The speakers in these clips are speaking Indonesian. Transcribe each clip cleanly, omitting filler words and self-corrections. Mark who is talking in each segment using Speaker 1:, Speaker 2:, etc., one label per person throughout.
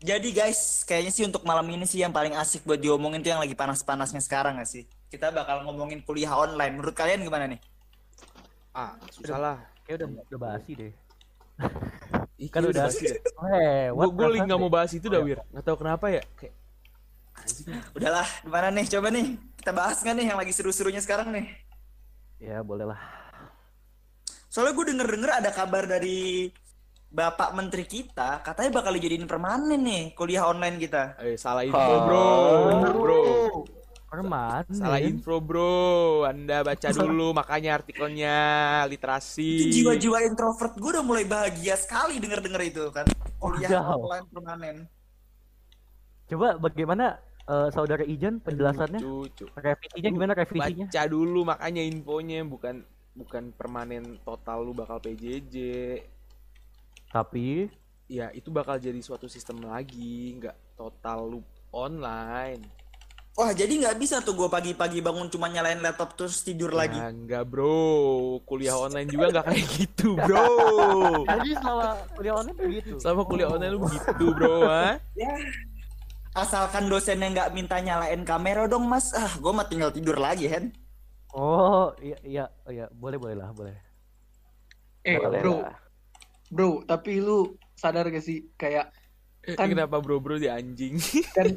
Speaker 1: Jadi guys, kayaknya sih untuk malam ini sih yang paling asik buat diomongin tuh yang lagi panas-panasnya sekarang gak sih? Kita bakal ngomongin kuliah online. Menurut kalian gimana nih?
Speaker 2: Susah lah.
Speaker 3: Kayak udah basi deh.
Speaker 2: Ih,
Speaker 3: Kan
Speaker 2: kayaknya udah
Speaker 3: udah
Speaker 2: basi dah.
Speaker 3: lewat
Speaker 2: Gue lagi
Speaker 3: perasaan
Speaker 2: nggak
Speaker 3: deh.
Speaker 2: mau bahas itu dah, Wir. Nggak tahu kenapa ya. Kayak anjing.
Speaker 1: Udahlah, gimana nih? Coba nih, kita bahas nggak nih yang lagi seru-serunya sekarang nih?
Speaker 3: Ya boleh lah.
Speaker 1: Soalnya gue denger-denger ada kabar dari Bapak Menteri kita, katanya bakal dijadiin permanen nih kuliah online kita.
Speaker 2: Salah info, bro. Bro.
Speaker 3: Permanen.
Speaker 2: Salah info, bro. Anda baca dulu makanya artikelnya, literasi.
Speaker 1: Itu jiwa-jiwa introvert gue udah mulai bahagia sekali denger-denger itu kan. Kuliah
Speaker 3: Wadaw.
Speaker 1: online permanen.
Speaker 3: Coba bagaimana saudara Ijan penjelasannya?
Speaker 2: Cucu.
Speaker 3: Revisinya gimana revisinya?
Speaker 2: Baca dulu makanya infonya, bukan permanen total lu bakal PJJ.
Speaker 3: Tapi
Speaker 2: Ya itu bakal jadi suatu sistem lagi, nggak total lu online.
Speaker 1: Wah, jadi nggak bisa tuh gue pagi-pagi bangun cuma nyalain laptop terus tidur lagi.
Speaker 2: Ya enggak, bro. Kuliah online juga nggak kayak gitu, bro.
Speaker 3: jadi selama kuliah online begitu.
Speaker 2: Sama kuliah online lu begitu, bro, ha?
Speaker 1: Ya, asalkan dosennya nggak minta nyalain kamera dong, Mas. Gue mah tinggal tidur lagi, Hen.
Speaker 3: Oh iya, boleh lah, boleh.
Speaker 4: Bro, bro, tapi lu sadar gak sih kayak kan
Speaker 2: Kenapa bro di anjing?
Speaker 4: kan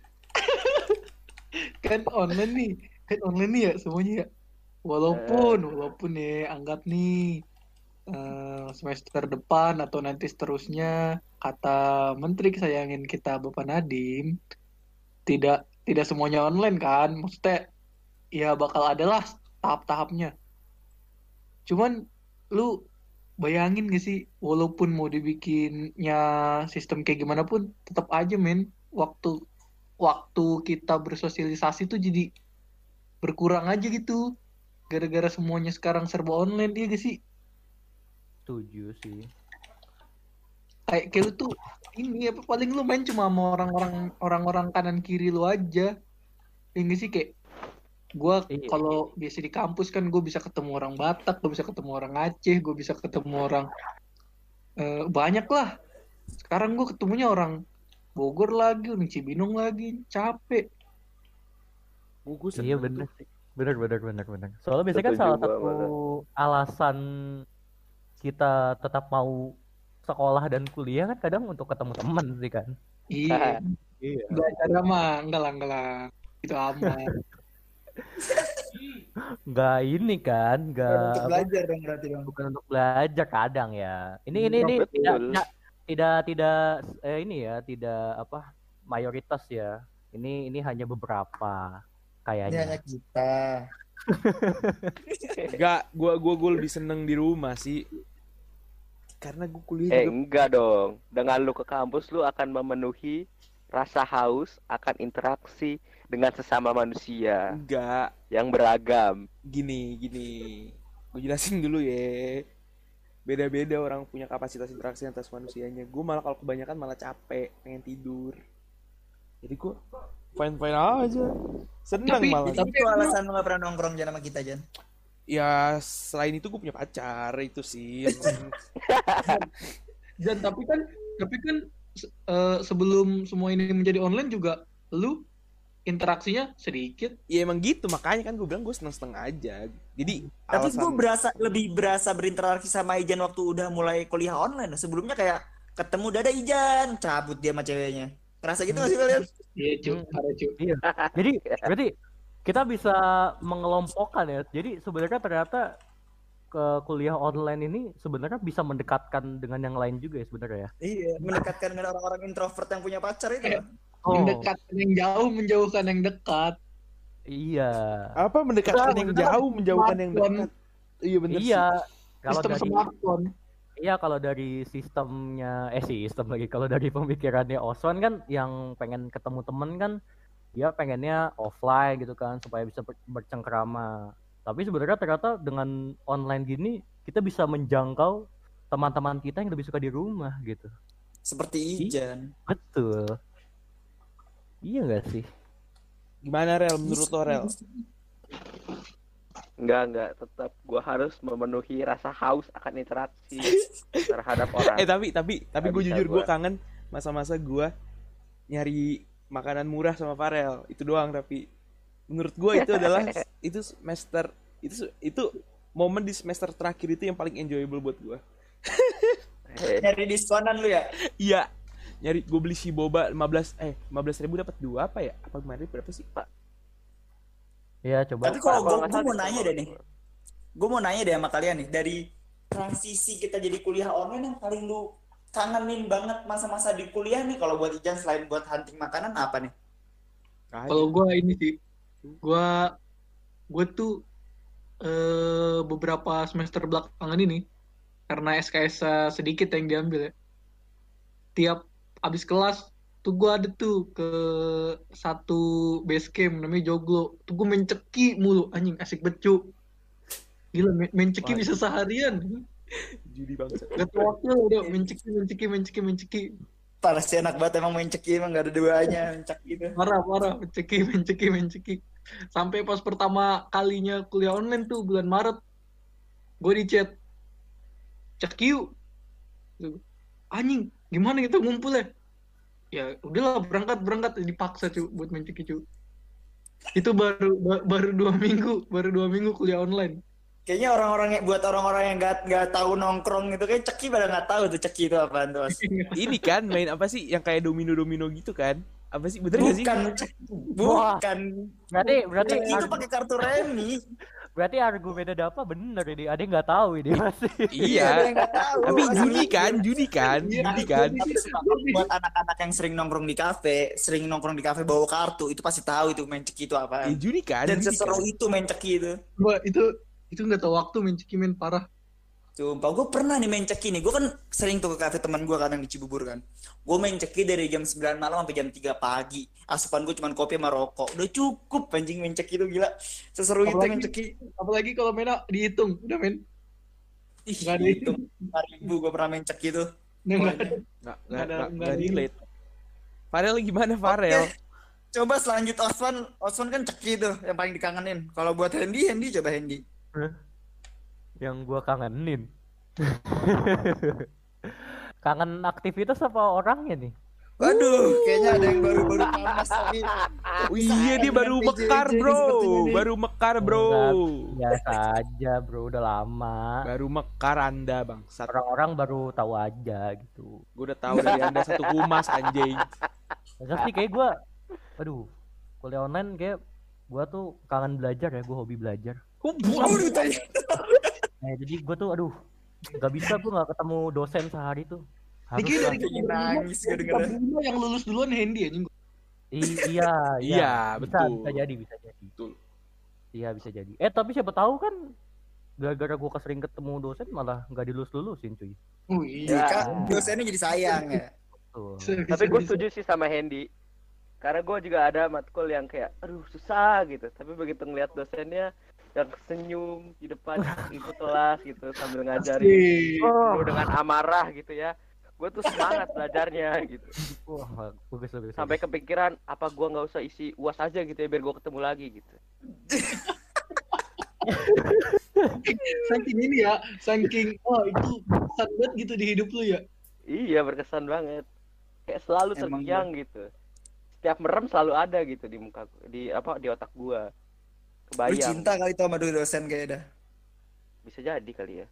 Speaker 4: kan online nih ya semuanya ya. Walaupun ya anggap nih semester depan atau nanti seterusnya kata Menteri kesayangan kita Bapak Nadiem tidak semuanya online kan, maksudnya ya bakal adalah tahap-tahapnya. Cuman lu bayangin gak sih, walaupun mau dibikinnya sistem kayak gimana pun, tetap aja men, waktu waktu kita bersosialisasi tuh jadi berkurang aja gitu, gara-gara semuanya sekarang serba online, iya gak sih?
Speaker 3: Setuju sih.
Speaker 4: Kayak lu tuh ini apa paling lu main cuma sama orang-orang kanan kiri lu aja, iya gak sih? Kayak gue
Speaker 3: Iya.
Speaker 4: kalau biasa di kampus kan gue bisa ketemu orang Batak, gue bisa ketemu orang Aceh, gue bisa ketemu orang banyak lah. Sekarang gue ketemunya orang Bogor lagi, orang Cibinong lagi, capek.
Speaker 2: Gue
Speaker 3: Iya bener sih. Bener. Soalnya biasanya kan
Speaker 5: Setuju
Speaker 3: salah
Speaker 5: gua
Speaker 3: satu
Speaker 5: malah.
Speaker 3: alasan kita tetap mau sekolah dan kuliah kan kadang untuk ketemu teman sih kan.
Speaker 4: Iya,
Speaker 3: Iya.
Speaker 4: belajar mah enggak lah, itu aman.
Speaker 3: Nggak ini kan, nggak
Speaker 1: Untuk
Speaker 3: apa,
Speaker 1: belajar dong berarti dong.
Speaker 3: bukan untuk belajar kadang ya. Ini
Speaker 5: Betul.
Speaker 3: tidak ini ya, tidak apa mayoritas ya. Ini hanya beberapa
Speaker 1: Ini
Speaker 3: kayaknya.
Speaker 1: hanya kita.
Speaker 2: Enggak, gue lebih seneng di rumah sih. Karena gue kuliah juga.
Speaker 5: Enggak dong. Dengan lu ke kampus lu akan memenuhi rasa haus akan interaksi dengan sesama manusia
Speaker 2: Enggak.
Speaker 5: yang beragam.
Speaker 2: Gini. Gue jelasin dulu ya. Beda-beda orang punya kapasitas interaksi atas manusianya. Gue malah kalau kebanyakan malah capek, pengen tidur. Jadi gue fine aja. Senang malah.
Speaker 1: Tapi itu alasan lu gak pernah nongkrong Jan sama kita, Jan.
Speaker 2: Ya selain itu gue punya pacar itu sih.
Speaker 4: Dan tapi kan sebelum semua ini menjadi online juga lu interaksinya sedikit.
Speaker 2: Ya emang gitu, makanya kan gue bilang gue seneng-seneng aja. Jadi
Speaker 1: Tapi gue
Speaker 2: alasan
Speaker 1: lebih berasa berinteraksi sama Ijan waktu udah mulai kuliah online. Sebelumnya kayak ketemu dada Ijan, cabut dia sama ceweknya. Ngerasa gitu gak sih kalian?
Speaker 4: Iya cu, ada cu.
Speaker 3: Iya. Jadi berarti kita bisa mengelompokkan ya. Jadi sebenarnya ternyata ke kuliah online ini sebenarnya bisa mendekatkan dengan yang lain juga ya sebenarnya ya.
Speaker 1: Iya, mendekatkan dengan orang-orang introvert yang punya pacar itu.
Speaker 3: Oh,
Speaker 4: Mendekatkan yang jauh, menjauhkan yang dekat.
Speaker 3: iya.
Speaker 2: apa mendekatkan yang
Speaker 4: Maksudnya
Speaker 2: jauh, menjauhkan yang
Speaker 4: smartphone.
Speaker 2: dekat. Iya bener
Speaker 3: Iya. Kalau
Speaker 4: Sistem
Speaker 3: dari
Speaker 4: smartphone.
Speaker 3: Iya, kalau dari sistem lagi, kalau dari pemikirannya Oswan kan yang pengen ketemu temen kan dia pengennya offline gitu kan supaya bisa bercengkrama. Tapi sebenarnya ternyata dengan online gini kita bisa menjangkau teman-teman kita yang lebih suka di rumah gitu.
Speaker 1: Seperti Ijan.
Speaker 3: Betul. Iya nggak sih?
Speaker 2: Gimana Rel, menurut lo Rel?
Speaker 5: Enggak, tetap gua harus memenuhi rasa haus akan interaksi terhadap orang.
Speaker 2: Tapi gue
Speaker 5: Nggak bisa
Speaker 2: jujur gue
Speaker 5: gua.
Speaker 2: kangen masa-masa gue nyari makanan murah sama Farel itu doang. Tapi menurut gue itu adalah itu semester itu momen di semester terakhir itu yang paling enjoyable buat gue.
Speaker 1: Nyari diskonan lu ya?
Speaker 2: Iya, nyari gue beli si boba 15.000 dapat 2 apa ya? Apa kemarin berapa sih?
Speaker 3: Ya coba.
Speaker 1: Tapi kalau
Speaker 5: Kalau nggak
Speaker 1: gue
Speaker 5: salah
Speaker 1: mau nanya deh nih. Gue mau nanya deh sama kalian nih. Dari transisi kita jadi kuliah online yang paling lu kangenin banget masa-masa di kuliah nih. Kalau buat Ijan selain buat hunting makanan apa nih?
Speaker 4: Kalau gue ini sih, gue tuh beberapa semester belakangan ini karena SKS sedikit yang diambil ya. Tiap abis kelas tuh gue ada tuh ke satu base camp namanya Joglo. Tuh gue main ceki mulu, anjing asik becu. Gila main ceki
Speaker 2: Wah.
Speaker 4: bisa seharian.
Speaker 2: Judi bangsa.
Speaker 4: Gak tau waktu udah main ceki.
Speaker 1: Parah sih, enak banget emang main ceki, emang gak ada duanya main ceki gitu.
Speaker 4: Parah, main ceki. Sampai pas pertama kalinya kuliah online tuh bulan Maret, gue di chat, ceki yuk. Anjing, gimana kita ngumpul ya? Ya udahlah berangkat dipaksa cuy buat main ceki cuy. Itu baru 2 minggu, kuliah online.
Speaker 1: Kayaknya buat orang-orang yang gak tahu nongkrong gitu, kayak ceki pada gak tahu tuh ceki itu apaan tuh. Mas.
Speaker 2: Ini kan main apa sih yang kayak domino gitu kan? Apa sih? Bener gak sih?
Speaker 1: Bukan.
Speaker 3: Berarti
Speaker 1: Ceki itu pakai kartu remi.
Speaker 3: berarti argumennya Dapa bener ini. Ada yang nggak tahu ini masih.
Speaker 1: Ada
Speaker 2: Iya.
Speaker 1: yang nggak tahu.
Speaker 2: Tapi
Speaker 1: Asli.
Speaker 2: judi kan?
Speaker 1: Tapi buat anak-anak yang sering nongkrong di kafe bawa kartu, itu pasti tahu itu main ceki itu
Speaker 2: Ya
Speaker 1: apaan.
Speaker 2: judi kan?
Speaker 1: Dan
Speaker 2: Judi
Speaker 1: seseru
Speaker 2: kan?
Speaker 1: itu main ceki itu.
Speaker 4: Wah, itu nggak tahu waktu main ceki main parah.
Speaker 1: Sumpah, gue pernah nih main ceki nih. Gue kan sering tuh ke kafe teman gue kadang di Cibubur kan. Gue main ceki dari jam 9 malam sampai jam 3 pagi. Asupan gue cuma kopi sama rokok. Udah cukup anjing main ceki itu, gila. Seseru itu main ceki.
Speaker 4: Apalagi kalau mainnya dihitung, udah main.
Speaker 1: Ih,
Speaker 4: Nggak ada
Speaker 1: itu 5.000 gue pernah main ceki itu.
Speaker 4: Nggak ada.
Speaker 2: Nggak relate. Farel gimana Farel?
Speaker 1: Oke. Coba selanjut Oswan kan ceki tuh yang paling dikangenin. Kalau buat Hendy coba Hendy.
Speaker 3: Yang gua kangenin. Kangen aktivitas apa orangnya nih?
Speaker 1: Waduh, kayaknya ada yang baru panas tadi.
Speaker 2: Oh iya dia baru mekar bro, baru mekar bro,
Speaker 3: Biasa aja bro, udah lama.
Speaker 2: baru mekar anda bangsat.
Speaker 3: Orang-orang baru tahu aja gitu.
Speaker 2: Gue udah tahu dari anda satu humas anjing.
Speaker 3: Enggak sih kayak gua, aduh, kuliah online kayak gua tuh kangen belajar ya, gua hobi belajar.
Speaker 1: Waduh, tadi.
Speaker 3: Nah, jadi gua tuh aduh, nggak bisa gua nggak ketemu dosen sehari tuh. Harus
Speaker 4: Dikit
Speaker 3: lah.
Speaker 4: dari kita
Speaker 1: Nangis gue dengernya.
Speaker 4: yang lulus duluan Hendy anjing.
Speaker 3: Iya,
Speaker 2: Iya,
Speaker 3: bisa
Speaker 2: betul.
Speaker 3: bisa jadi.
Speaker 2: Betul.
Speaker 3: Iya bisa jadi. Tapi siapa tahu kan gara-gara gua kesering ketemu dosen malah nggak dilulus-lulusin cuy.
Speaker 4: Oh
Speaker 1: Iya,
Speaker 4: iya.
Speaker 1: kan dosennya jadi sayang ya.
Speaker 3: Tuh.
Speaker 5: Tapi gue setuju sih sama Hendy. Karena gue juga ada matkul yang kayak, aduh susah gitu. Tapi begitu ngeliat dosennya yang senyum di depan ikut kelas gitu sambil ngajarin penuh dengan amarah gitu ya. Gue tuh semangat belajarnya gitu.
Speaker 3: Wah, bagus.
Speaker 5: Sampai kepikiran apa gue nggak usah isi UAS aja gitu ya biar gue ketemu lagi gitu.
Speaker 4: Saking ini ya, saking itu pesan banget gitu di hidup lu ya.
Speaker 5: Iya berkesan banget. Kayak selalu
Speaker 1: Emang
Speaker 5: terngiang gitu. Setiap merem selalu ada gitu di muka di otak gue.
Speaker 1: Lu
Speaker 5: Kebayang.
Speaker 1: cinta kali itu sama dosen kayak dah.
Speaker 5: Bisa jadi kali ya.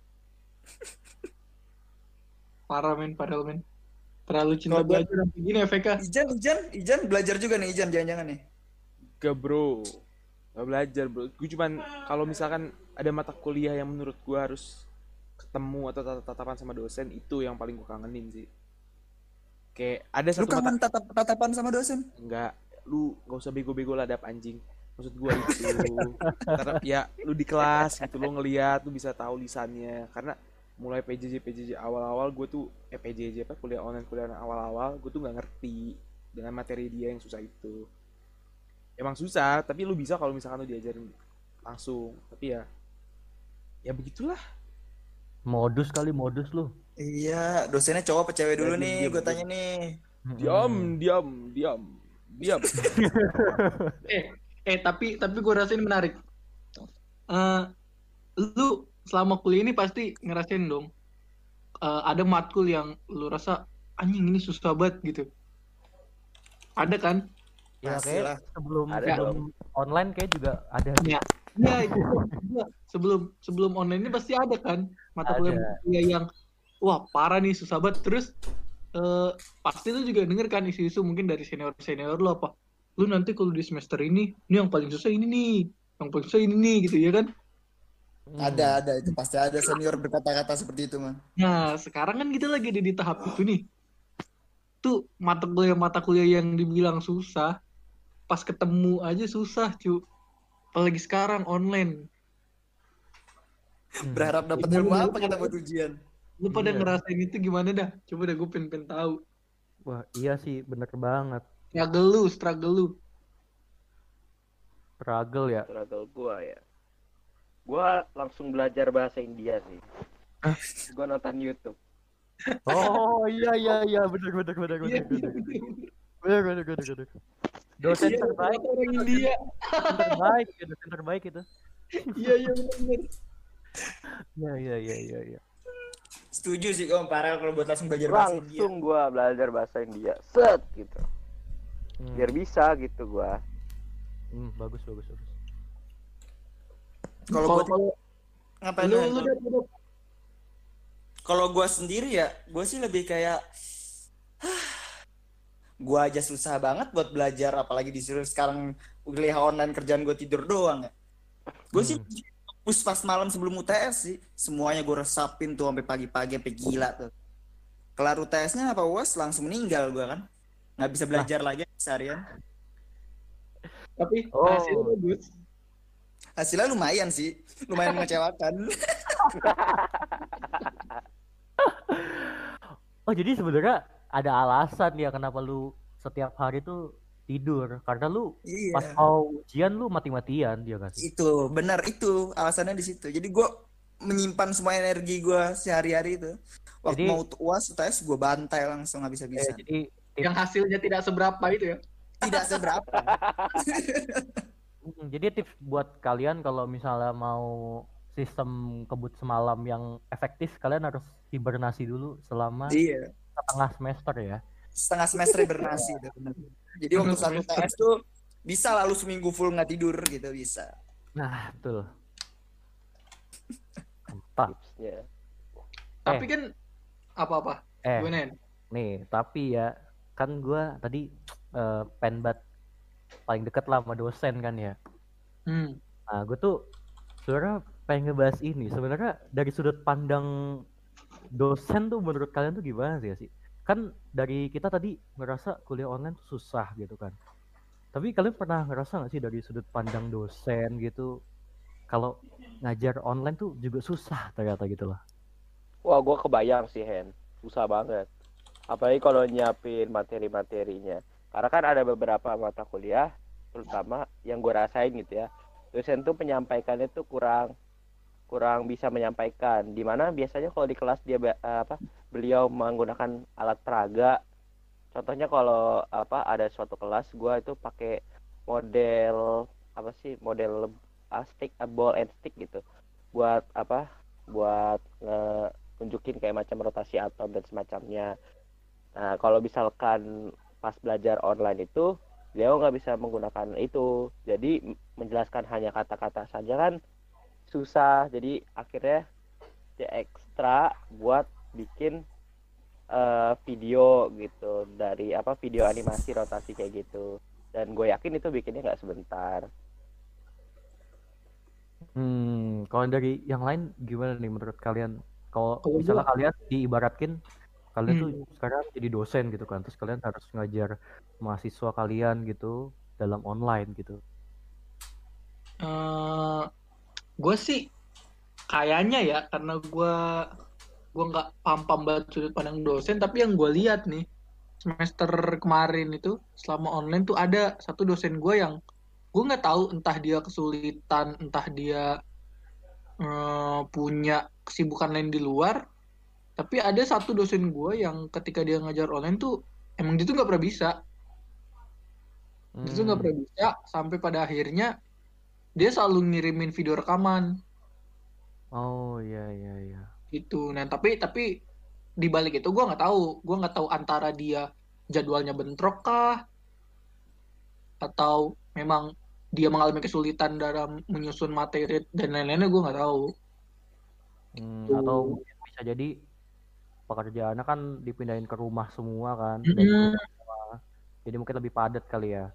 Speaker 4: Parah men. Terlalu cinta
Speaker 1: Kalau buat-
Speaker 4: belajar sampai gini ya VK.
Speaker 1: Ijan belajar juga nih Ijan jangan-jangan nih.
Speaker 2: Gak bro, gak belajar bro. Gue cuman kalau misalkan ada mata kuliah yang menurut gue harus ketemu atau tatapan sama dosen, itu yang paling gue kangenin sih. Kayak ada
Speaker 1: Lu
Speaker 2: satu mata
Speaker 1: kangen tatapan sama dosen?
Speaker 2: enggak, lu gak usah bego-bego lah dap anjing. Maksud gue itu karena ya lu di kelas gitu lu ngeliat lu bisa tahu lisannya. Karena mulai PJJ awal-awal gue tuh PJJ kuliah online awal-awal gue tuh nggak ngerti dengan materi dia yang susah itu. Emang susah tapi lu bisa kalau misalkan lu diajarin langsung. Tapi ya begitulah.
Speaker 3: Modus lu.
Speaker 1: Iya, dosennya cowok apa cewek dulu
Speaker 2: Ya,
Speaker 1: nih,
Speaker 2: diam.
Speaker 1: gue tanya nih.
Speaker 2: Diam.
Speaker 4: Tapi gue rasain menarik. Lu selama kuliah ini pasti ngerasain dong. Ada matkul yang lu rasa anjing ini susah banget gitu. Ada kan?
Speaker 3: Ya
Speaker 1: Pasti
Speaker 3: kayak
Speaker 1: lah.
Speaker 3: sebelum
Speaker 5: Ada
Speaker 3: sebelum online kayak juga ada.
Speaker 4: Ya, iya itu juga. Sebelum online ini pasti ada kan mata
Speaker 3: Ada.
Speaker 4: kuliah yang wah parah nih susah banget. Terus pasti lu juga denger kan isu-isu mungkin dari senior lu apa. Lu nanti kalau di semester ini yang paling susah ini nih, yang paling susah ini nih gitu ya kan.
Speaker 1: Ada itu pasti ada senior berkata-kata seperti itu, man.
Speaker 4: Nah sekarang kan kita lagi di tahap itu nih. Tuh mata kuliah yang dibilang susah, pas ketemu aja susah cu. Apalagi sekarang online.
Speaker 1: Berharap dapat
Speaker 4: Gimana
Speaker 1: ilmu
Speaker 4: nih,
Speaker 1: apa kita buat ujian?
Speaker 4: Lu pada
Speaker 3: Iya.
Speaker 4: ngerasain itu gimana dah? Coba dah gue pengen tahu.
Speaker 3: Wah, iya sih, bener banget.
Speaker 4: Struggle lu.
Speaker 3: Struggle ya.
Speaker 5: Struggle gua ya. Gua langsung belajar bahasa India sih. Gua nonton YouTube.
Speaker 3: Oh iya bener.
Speaker 4: Iya,
Speaker 3: Bener. Dosen terbaik,
Speaker 4: orang India.
Speaker 3: dosen terbaik itu.
Speaker 4: Iya benar.
Speaker 3: Iya.
Speaker 1: Setuju sih Om, parah kalau buat langsung belajar bahasa India.
Speaker 5: Langsung gua belajar bahasa India. Set gitu. Biar bisa gitu gua.
Speaker 3: Bagus.
Speaker 1: Kalau buat ngapain
Speaker 4: Lu
Speaker 1: lu?
Speaker 4: udah
Speaker 1: Kalau gue sendiri ya, gue sih lebih kayak gue aja susah banget buat belajar, apalagi disuruh sekarang kuliah online, kerjaan gue tidur doang ya. Gue sih fokus pas malam sebelum UTS sih, semuanya gue resapin tuh sampai pagi-pagi sampai gila tuh. Kelar UTS-nya apa UAS langsung meninggal gue kan, nggak bisa belajar lagi seharian.
Speaker 4: tapi
Speaker 3: Oh.
Speaker 4: hasilnya bagus.
Speaker 1: Hasilnya lumayan sih, lumayan mengecewakan.
Speaker 3: Oh jadi sebenarnya ada alasan ya kenapa lu setiap hari tuh tidur, karena lu pas
Speaker 1: Iya,
Speaker 3: mau ujian lu mati-matian dia kan.
Speaker 1: itu benar, itu alasannya di situ. Jadi gue menyimpan semua energi gue sehari-hari itu. Waktu
Speaker 3: Jadi-
Speaker 1: mau UAS UTS gue bantai langsung nggak bisa-bisa.
Speaker 3: Jadi
Speaker 4: Yang hasilnya tidak seberapa itu ya.
Speaker 1: Tidak seberapa.
Speaker 3: tips buat kalian kalau misalnya mau sistem kebut semalam yang efektif, kalian harus hibernasi dulu selama
Speaker 1: Iya,
Speaker 3: setengah semester ya.
Speaker 1: setengah semester bernasi itu benar. Jadi waktu satu UTS tuh bisa lalu seminggu full nggak tidur gitu bisa.
Speaker 3: Nah, betul. Mantap.
Speaker 5: Tipsnya.
Speaker 4: Tapi kan apa-apa.
Speaker 3: Eh,
Speaker 4: Gue nen.
Speaker 3: nih, tapi ya kan gua tadi penbat paling deket lah sama dosen kan ya. Nah, gue tuh sebenarnya pengen ngebahas ini. Sebenarnya dari sudut pandang dosen tuh menurut kalian tuh gimana sih? Kan dari kita tadi ngerasa kuliah online tuh susah gitu kan. Tapi kalian pernah ngerasa nggak sih dari sudut pandang dosen gitu, kalau ngajar online tuh juga susah ternyata gitu loh.
Speaker 5: Wah, gua kebayang sih, Hen. Susah banget. Apalagi kalau nyiapin materi-materinya. Karena kan ada beberapa mata kuliah, terutama yang gue rasain gitu ya. Dosen tuh menyampaikannya tuh kurang bisa menyampaikan. Dimana biasanya kalau di kelas dia beliau menggunakan alat peraga. Contohnya kalau ada suatu kelas gue itu pakai model stick, ball and stick gitu. Buat nunjukin kayak macam rotasi atom dan semacamnya. Nah, kalau misalkan pas belajar online itu beliau nggak bisa menggunakan itu, jadi menjelaskan hanya kata-kata saja kan susah. Jadi akhirnya dia ekstra buat bikin video gitu, dari video animasi rotasi kayak gitu, dan gue yakin itu bikinnya nggak sebentar.
Speaker 3: Kalau dari yang lain gimana nih menurut kalian? Kalau
Speaker 4: Kalau
Speaker 3: misalnya
Speaker 4: gua-
Speaker 3: kalian diibaratkan kalian tuh sekarang jadi dosen gitu kan, terus kalian harus ngajar mahasiswa kalian gitu dalam online gitu.
Speaker 4: Gue sih kayaknya ya karena gue nggak paham banget sudut pandang dosen, tapi yang gue lihat nih semester kemarin itu selama online tuh ada satu dosen gue yang gue nggak tahu entah dia kesulitan, entah dia punya kesibukan lain di luar, tapi ada satu dosen gue yang ketika dia ngajar online tuh emang dia tuh nggak pernah bisa. Dia tuh nggak pernah bisa sampai pada akhirnya dia selalu ngirimin video rekaman
Speaker 3: Oh iya.
Speaker 4: gitu. Nah tapi di balik itu gue nggak tahu antara dia jadwalnya bentrok kah atau memang dia mengalami kesulitan dalam menyusun materi dan lain-lainnya, gue nggak tahu.
Speaker 3: Atau mungkin bisa jadi pekerjaannya kan dipindahin ke rumah semua kan,
Speaker 4: Mm-mm.
Speaker 3: jadi mungkin lebih padat kali ya.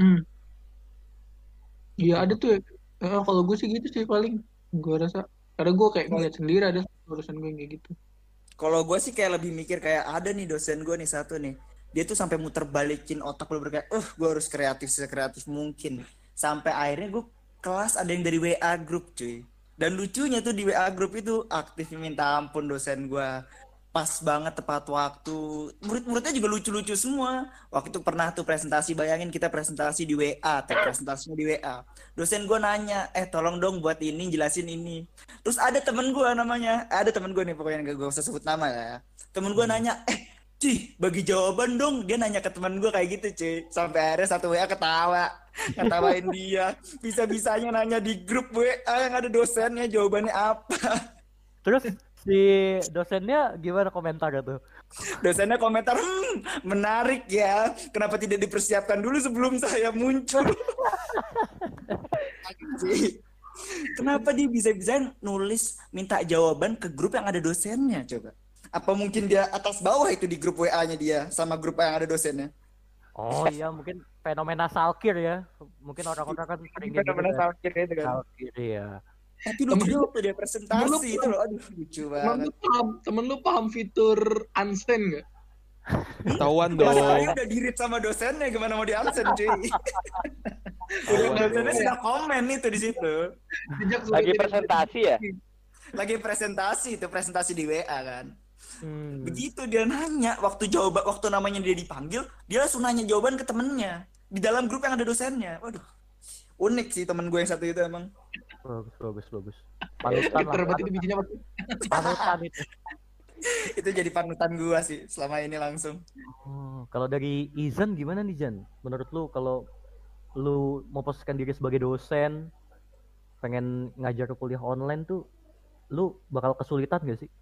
Speaker 4: Iya ada tuh ya. Kalau gue sih gitu sih paling gue rasa, karena gue kayak ngeliat sendiri ada urusan gue yang kayak gitu.
Speaker 1: Kalau gue sih kayak lebih mikir kayak ada nih dosen gue nih satu nih. Dia tuh sampai muter balikin otak bener-bener kayak, gue harus kreatif sekreatif mungkin. Sampai akhirnya gue kelas ada yang dari WA grup cuy. Dan lucunya tuh di WA grup itu aktifnya minta ampun dosen gue. Pas banget tepat waktu. Murid-muridnya juga lucu-lucu semua. Waktu itu pernah tuh presentasi, bayangin kita presentasi di WA, tag presentasinya di WA. Dosen gue nanya, tolong dong buat ini, jelasin ini. Terus ada temen gue namanya, ada temen gue nih pokoknya gak gue usah sebut nama ya. Temen gue nanya, cuy bagi jawaban dong. Dia nanya ke temen gue kayak gitu cuy. Sampai akhirnya satu WA ketawa, ngetawain dia. Bisa-bisanya nanya di grup WA yang ada dosennya jawabannya apa.
Speaker 3: Terus si dosennya gimana komentarnya tuh?
Speaker 1: Dosennya komentar, menarik ya. Kenapa tidak dipersiapkan dulu sebelum saya muncul? Kenapa dia bisa-bisa nulis minta jawaban ke grup yang ada dosennya coba? Apa mungkin dia atas bawah itu di grup WA-nya dia sama grup yang ada dosennya?
Speaker 3: Oh iya, mungkin fenomena salkir ya. Mungkin orang-orang kan sering kayak gitu
Speaker 1: Fenomena
Speaker 3: kan.
Speaker 1: salkir itu kan.
Speaker 3: Salkir ya.
Speaker 1: Tapi lucu waktu dia presentasi itu loh, aduh lucu banget.
Speaker 4: Temen lu paham fitur unsend nggak?
Speaker 2: Ketahuan
Speaker 1: Masalahnya
Speaker 2: dong.
Speaker 1: udah dirit sama dosennya, gimana mau di-absen cuy? Dosennya sudah komen itu di situ.
Speaker 5: Lagi presentasi ya?
Speaker 1: Lagi presentasi itu, presentasi di WA kan.
Speaker 3: Hmm.
Speaker 1: Begitu dia nanya, waktu namanya dia dipanggil, dia langsung nanya jawaban ke temennya di dalam grup yang ada dosennya. Waduh, unik sih temen gue yang satu itu emang.
Speaker 3: Bagus. Panutan lah.
Speaker 4: Terbat itu bijinya apa?
Speaker 3: Panutan itu.
Speaker 1: Itu jadi panutan gue sih selama ini langsung.
Speaker 3: Kalau dari Izan gimana nih Jan? Menurut lu kalau lu mau posisikan diri sebagai dosen, pengen ngajar kuliah online tuh, lu bakal kesulitan gak sih?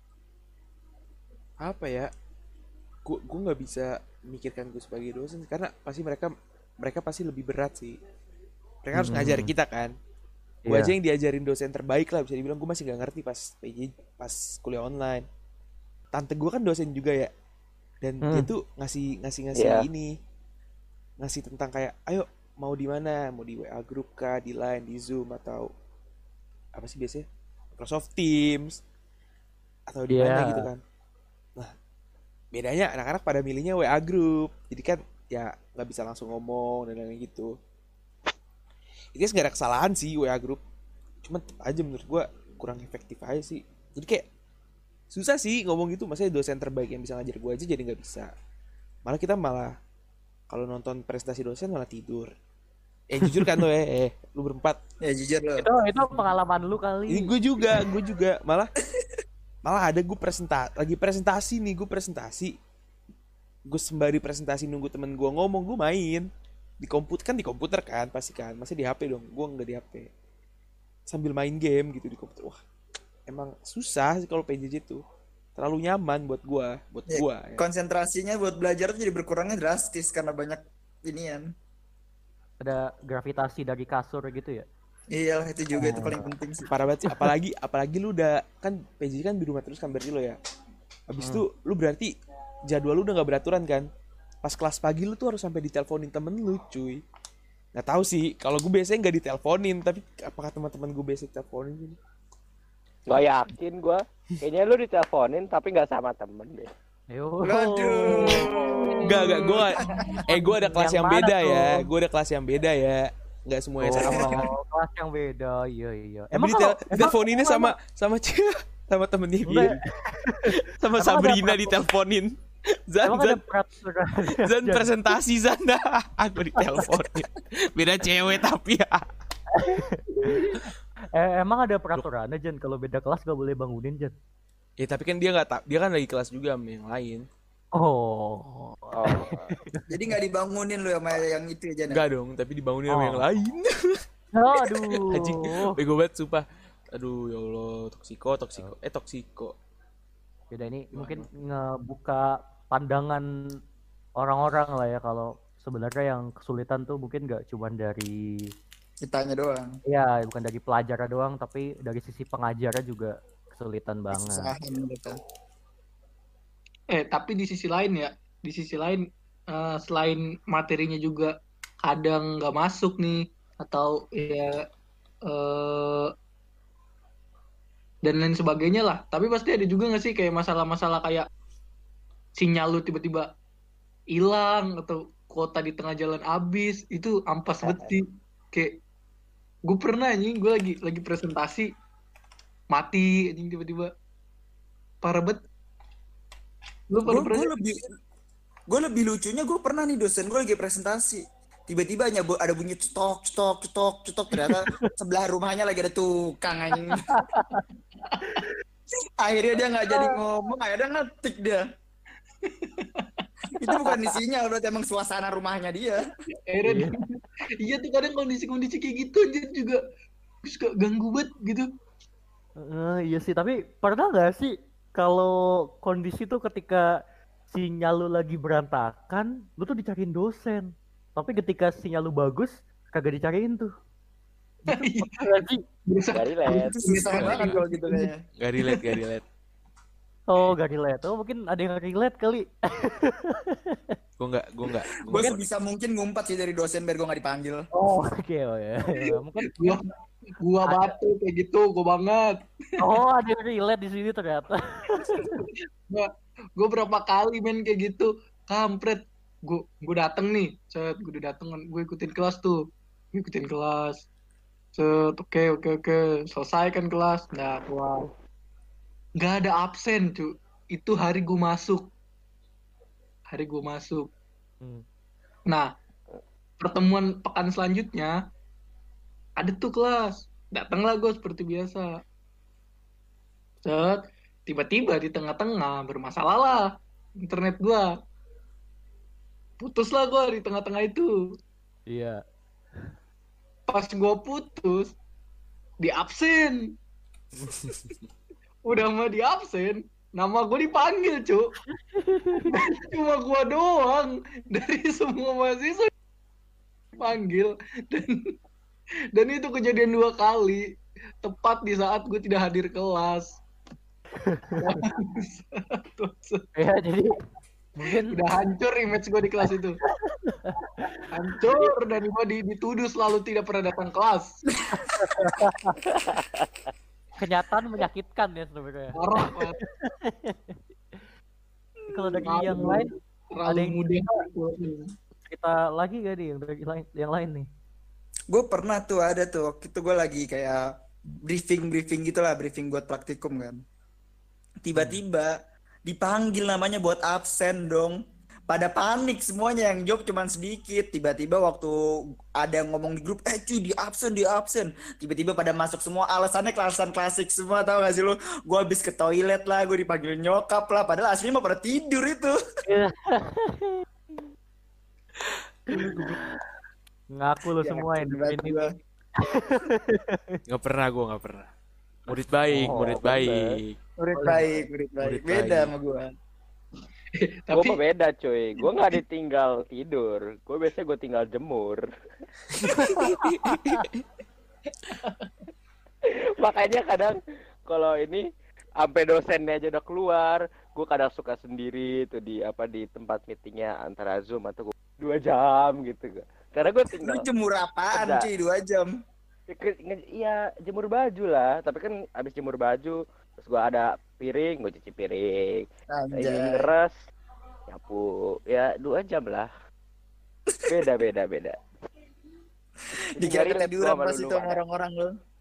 Speaker 2: Apa ya? Gue nggak bisa mikirkan gue sebagai dosen karena pasti mereka pasti lebih berat sih. Mereka harus ngajar kita kan. Gue aja yang diajarin dosen terbaik lah, bisa dibilang gue masih nggak ngerti pas kuliah online. Tante gue kan dosen juga ya, dan dia tuh ngasih ini, ngasih tentang kayak, ayo mau di mana, mau di WA group kah, di Line, di Zoom atau apa sih biasanya, Microsoft Teams atau di mana gitu kan. Nah bedanya anak-anak pada milihnya WA group, jadi kan ya nggak bisa langsung ngomong dan lain-lain gitu. Itu nggak ada kesalahan sih WA group, cuman tetap aja menurut gue kurang efektif aja sih. Jadi kayak susah sih ngomong gitu, maksudnya dosen terbaik yang bisa ngajar gue aja jadi nggak bisa. Malah kalau nonton prestasi dosen malah tidur. Jujur kan tuh lu berempat.
Speaker 1: Ya jujur lo.
Speaker 3: Itu pengalaman lu kali.
Speaker 2: Ini gue juga malah ada gue lagi presentasi nih, gue sembari presentasi nunggu temen gue ngomong, gue main di komputer kan pasti kan, masih di HP dong, gue nggak di HP, sambil main game gitu di komputer. Wah emang susah sih kalau PJJ tuh, terlalu nyaman buat gua ya.
Speaker 1: Konsentrasinya buat belajar tuh jadi berkurangnya drastis karena banyak inian.
Speaker 3: Ada gravitasi dari kasur gitu ya.
Speaker 1: Iya itu juga itu paling penting sih.
Speaker 2: Parah banget sih, apalagi lu udah kan PJJ kan di rumah terus kan berarti lo ya. Habis itu lu berarti jadwal lu udah nggak beraturan kan. Pas kelas pagi lu tuh harus sampai diteleponin temen lu cuy. Nggak tahu sih, kalau gue biasanya nggak diteleponin, tapi apakah teman-teman gue biasa diteleponin gini?
Speaker 5: Gak yakin gue. Kayaknya lu diteleponin tapi gak sama temen deh.
Speaker 1: Waduh.
Speaker 2: Enggak, gue ada kelas yang beda
Speaker 3: tuh?
Speaker 2: ya. Gue ada kelas yang beda ya. Enggak semuanya sama.
Speaker 3: Kelas yang beda, iya.
Speaker 2: Emang diteleponinnya sama cewek, sama temennya dia. Sama Sabrina diteleponin. Zan presentasi Zan. Aku diteleponin. Beda cewek tapi ya.
Speaker 3: Emang ada peraturannya Jan, kalau beda kelas gak boleh bangunin Jan?
Speaker 2: Ya tapi kan dia kan lagi kelas juga sama yang lain.
Speaker 3: Oh.
Speaker 1: Jadi nggak dibangunin lo sama yang itu aja.
Speaker 2: Enggak dong, tapi dibangunin sama yang lain.
Speaker 3: Aduh.
Speaker 2: Anjing, bego banget sumpah. Aduh ya Allah, toksiko.
Speaker 3: Yaudah ini mungkin ngebuka pandangan orang-orang lah ya, kalau sebenarnya yang kesulitan tuh mungkin nggak cuma dari
Speaker 1: Kitanya doang.
Speaker 3: ya bukan dari pelajaran doang, tapi dari sisi pengajarnya juga kesulitan banget.
Speaker 1: Kesusahan gitu.
Speaker 4: Tapi di sisi lain selain materinya juga kadang nggak masuk nih, atau ya dan lain sebagainya lah. Tapi pasti ada juga nggak sih kayak masalah-masalah kayak sinyal lu tiba-tiba hilang atau kuota di tengah jalan habis, itu ampas banget sih. Kayak gue pernah anjing, gue lagi presentasi mati anjing tiba-tiba, parah banget. Lu pada pernah?
Speaker 1: Gue lebih lucunya, gue pernah nih dosen gue lagi presentasi, tiba-tiba ada bunyi cetok cetok cetok cetok, ternyata sebelah rumahnya lagi ada tukang anjing. Akhirnya dia nggak jadi ngomong, akhirnya ngetik dia. Itu bukan di sinyal, berarti emang suasana rumahnya dia.
Speaker 4: Akhirnya iya tuh kadang kondisi-kondisi kayak gitu aja juga suka ganggu banget gitu.
Speaker 3: Iya sih, tapi pernah nggak sih kalau kondisi tuh ketika sinyal lu lagi berantakan, lu tuh dicariin dosen. Tapi ketika sinyal lu bagus, kagak dicariin tuh. Gitu, pernah nggak sih?
Speaker 5: Gak relate.
Speaker 1: Itu susah banget kalau gitu kayaknya.
Speaker 2: Gak relate.
Speaker 3: Oh, gak relate. Oh, mungkin ada yang relate kali.
Speaker 2: Gue nggak.
Speaker 1: Gue sebisa mungkin ngumpat sih dari dosen biar gue nggak dipanggil.
Speaker 3: Oh, oke, oh ya. Mungkin
Speaker 4: Gua batu kayak gitu, gua banget.
Speaker 3: oh, ada yang relate di sini ternyata.
Speaker 4: Gue berapa kali main kayak gitu, kampret. Gue dateng nih, gue udah dateng, gue ikutin kelas tuh, oke, selesai kan kelas. Nah, wow, nggak ada absen cuy, itu hari gue masuk. Nah, pertemuan pekan selanjutnya ada tuh kelas, datanglah gue seperti biasa. Tiba-tiba di tengah-tengah bermasalah lah internet gue, putuslah gue di tengah-tengah itu.
Speaker 3: Iya.
Speaker 4: Pas gue putus, di absen. Udah mah di absen, nama gue dipanggil cu. Cuma gue doang dari semua mahasiswa dipanggil, dan itu kejadian 2 kali, tepat di saat gue tidak hadir kelas.
Speaker 3: Ya, jadi mungkin
Speaker 4: udah hancur image gue di kelas itu. Hancur, dan gue dituduh selalu tidak pernah datang kelas.
Speaker 3: kenyataan menyakitkan ya sebenarnya.
Speaker 4: Parah banget.
Speaker 3: Kalau dari yang lain, ada yang
Speaker 4: mudah
Speaker 3: cerita lagi gak nih yang lain nih?
Speaker 1: Gue pernah tuh, ada tuh waktu itu gue lagi kayak briefing gitulah, briefing buat praktikum kan. Tiba-tiba dipanggil namanya buat absen dong. Pada panik semuanya, yang job cuman sedikit. Tiba-tiba waktu ada yang ngomong di grup, cuy di absen. Tiba-tiba pada masuk semua, alasannya kelasan klasik semua, tau gak sih lu? Gue habis ke toilet lah, gue dipanggil nyokap lah, padahal aslinya mah pada tidur itu.
Speaker 3: Ngaku lu semua yang dengerin ini.
Speaker 2: Nggak pernah. Murid baik.
Speaker 1: Murid baik. Beda sama gue.
Speaker 5: Gue mah beda cuy, gue nggak ditinggal tidur, gue biasanya tinggal jemur. Makanya kadang kalau ini sampai dosennya aja udah keluar, gue kadang suka sendiri tuh di tempat meetingnya antara Zoom atau 2 jam gitu. Karena gue tinggal.
Speaker 1: Lu jemur apaan cuy 2 jam?
Speaker 5: Iya, jemur baju lah, tapi kan abis jemur baju terus gue ada piring, gue cuci piring. Ini ngeres, nyapu, ya 2 jam lah. Beda.
Speaker 1: Dikira ketiduran pasti tuh orang-orang lu.